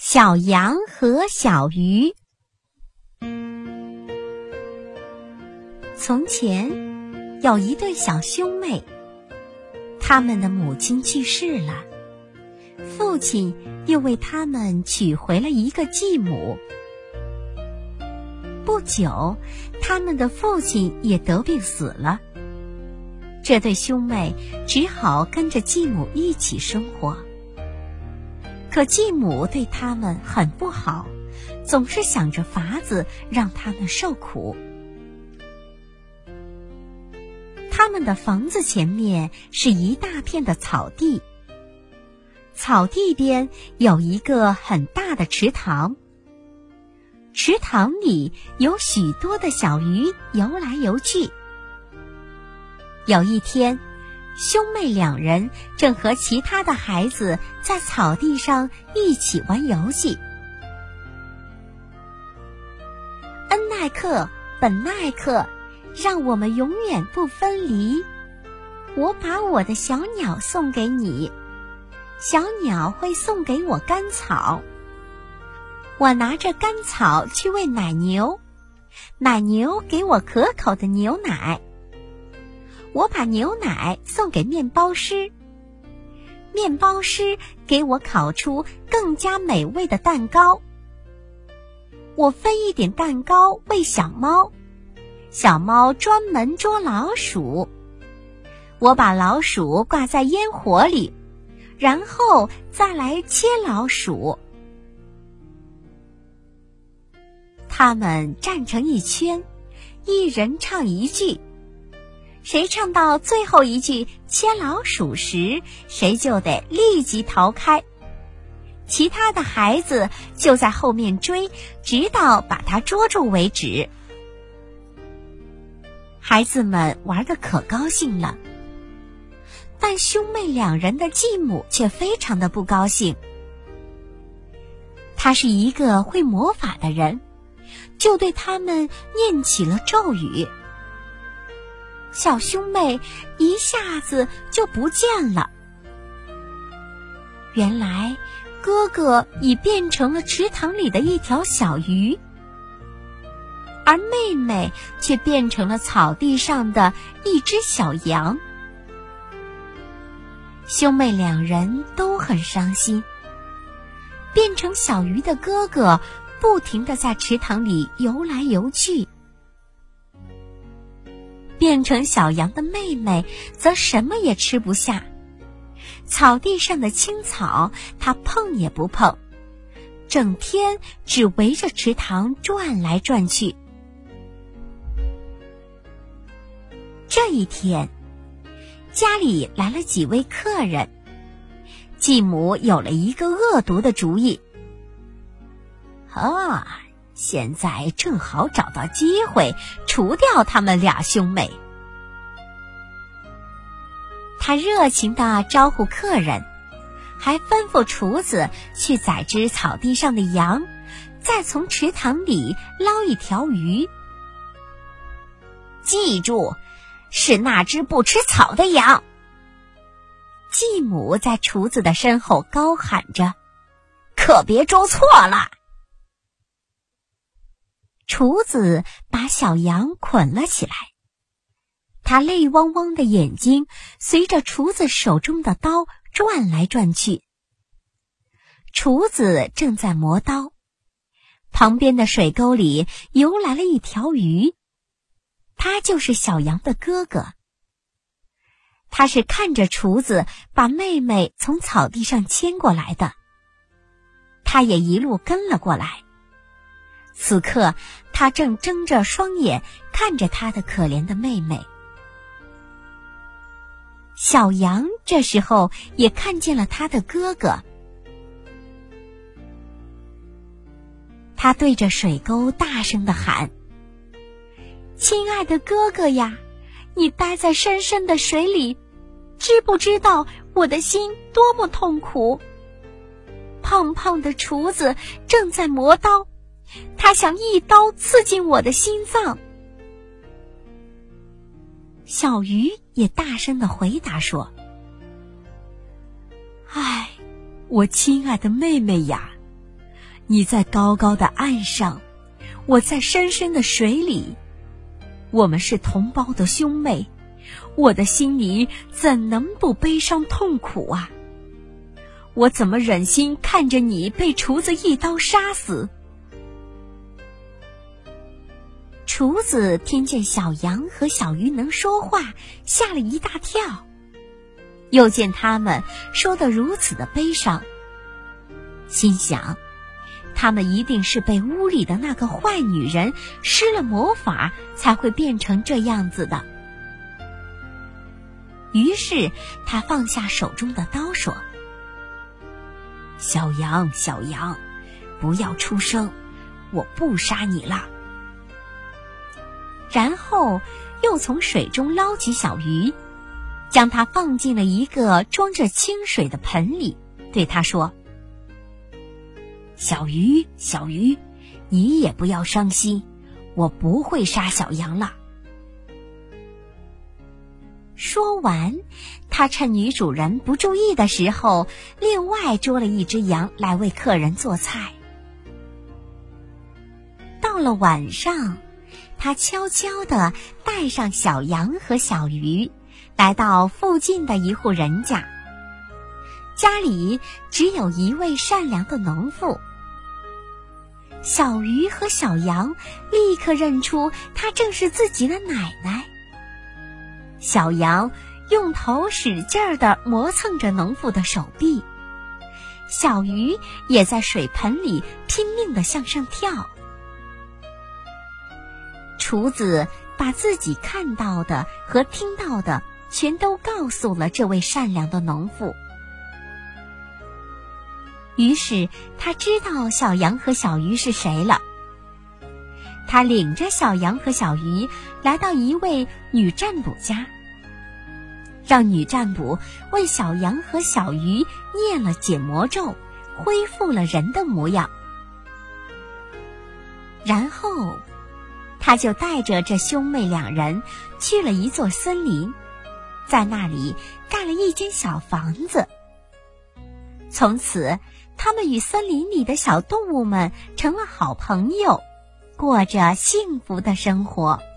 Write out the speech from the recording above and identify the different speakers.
Speaker 1: 小羊和小鱼。从前有一对小兄妹，他们的母亲去世了，父亲又为他们娶回了一个继母。不久，他们的父亲也得病死了，这对兄妹只好跟着继母一起生活。可继母对他们很不好，总是想着法子让他们受苦。他们的房子前面是一大片的草地，草地边有一个很大的池塘，池塘里有许多的小鱼游来游去。有一天，兄妹两人正和其他的孩子在草地上一起玩游戏。恩耐克，本耐克，让我们永远不分离。我把我的小鸟送给你，小鸟会送给我干草。我拿着干草去喂奶牛，奶牛给我可口的牛奶。我把牛奶送给面包师，面包师给我烤出更加美味的蛋糕。我分一点蛋糕喂小猫，小猫专门捉老鼠。我把老鼠挂在烟火里，然后再来切老鼠。他们站成一圈，一人唱一句，谁唱到最后一句切老鼠时，谁就得立即逃开。其他的孩子就在后面追，直到把他捉住为止。孩子们玩得可高兴了，但兄妹两人的继母却非常的不高兴。他是一个会魔法的人，就对他们念起了咒语。小兄妹一下子就不见了。原来哥哥已变成了池塘里的一条小鱼，而妹妹却变成了草地上的一只小羊。兄妹两人都很伤心。变成小鱼的哥哥不停地在池塘里游来游去，变成小羊的妹妹则什么也吃不下，草地上的青草她碰也不碰，整天只围着池塘转来转去。这一天，家里来了几位客人，继母有了一个恶毒的主意。现在正好找到机会除掉他们俩兄妹。他热情地招呼客人，还吩咐厨子去宰只草地上的羊，再从池塘里捞一条鱼。记住，是那只不吃草的羊。继母在厨子的身后高喊着，可别捉错了。厨子把小羊捆了起来，他泪汪汪的眼睛随着厨子手中的刀转来转去。厨子正在磨刀，旁边的水沟里游来了一条鱼，他就是小羊的哥哥。他是看着厨子把妹妹从草地上牵过来的，他也一路跟了过来。此刻他正睁着双眼看着他的可怜的妹妹。小羊这时候也看见了他的哥哥，他对着水沟大声地喊，亲爱的哥哥呀，你待在深深的水里，知不知道我的心多么痛苦？胖胖的厨子正在磨刀，他想一刀刺进我的心脏。小鱼也大声地回答说，我亲爱的妹妹呀， 你在高高的岸上，我在深深的水里，我们是同胞的兄妹，我的心里怎能不悲伤痛苦啊？我怎么忍心看着你被厨子一刀杀死？厨子听见小羊和小鱼能说话，吓了一大跳，又见他们说得如此的悲伤，心想他们一定是被屋里的那个坏女人施了魔法，才会变成这样子的。于是他放下手中的刀说：小羊，小羊，不要出声，我不杀你了。然后又从水中捞起小鱼，将它放进了一个装着清水的盆里，对它说：小鱼，小鱼，你也不要伤心，我不会杀小羊了。说完，他趁女主人不注意的时候，另外捉了一只羊来为客人做菜。到了晚上，他悄悄地带上小羊和小鱼，来到附近的一户人家。家里只有一位善良的农妇。小鱼和小羊立刻认出她正是自己的奶奶。小羊用头使劲儿地磨蹭着农妇的手臂，小鱼也在水盆里拼命地向上跳。厨子把自己看到的和听到的全都告诉了这位善良的农妇。于是他知道小羊和小鱼是谁了。他领着小羊和小鱼来到一位女占卜家，让女占卜为小羊和小鱼念了解魔咒，恢复了人的模样。然后他就带着这兄妹两人去了一座森林，在那里盖了一间小房子。从此他们与森林里的小动物们成了好朋友，过着幸福的生活。